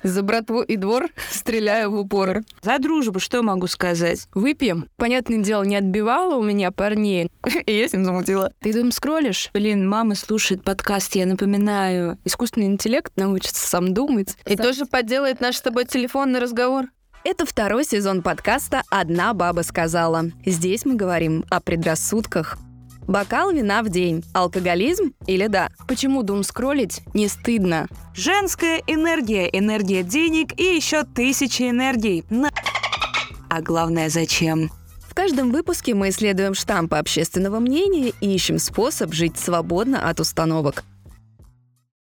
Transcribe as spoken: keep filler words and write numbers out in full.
За братву и двор стреляю в упор. За дружбу, что могу сказать? Выпьем. Понятное дело, не отбивала у меня парней. И я с ним замутила. Ты там скроллишь? Блин, мама слушает подкаст, я напоминаю. Искусственный интеллект научится сам думать. И тоже подделает наш с тобой телефонный разговор. Это второй сезон подкаста «Одна баба сказала». Здесь мы говорим о предрассудках. Бокал вина в день. Алкоголизм или да? Почему думскроллить не стыдно? Женская энергия, энергия денег и еще тысячи энергий. На... А главное, зачем? В каждом выпуске мы исследуем штампы общественного мнения и ищем способ жить свободно от установок.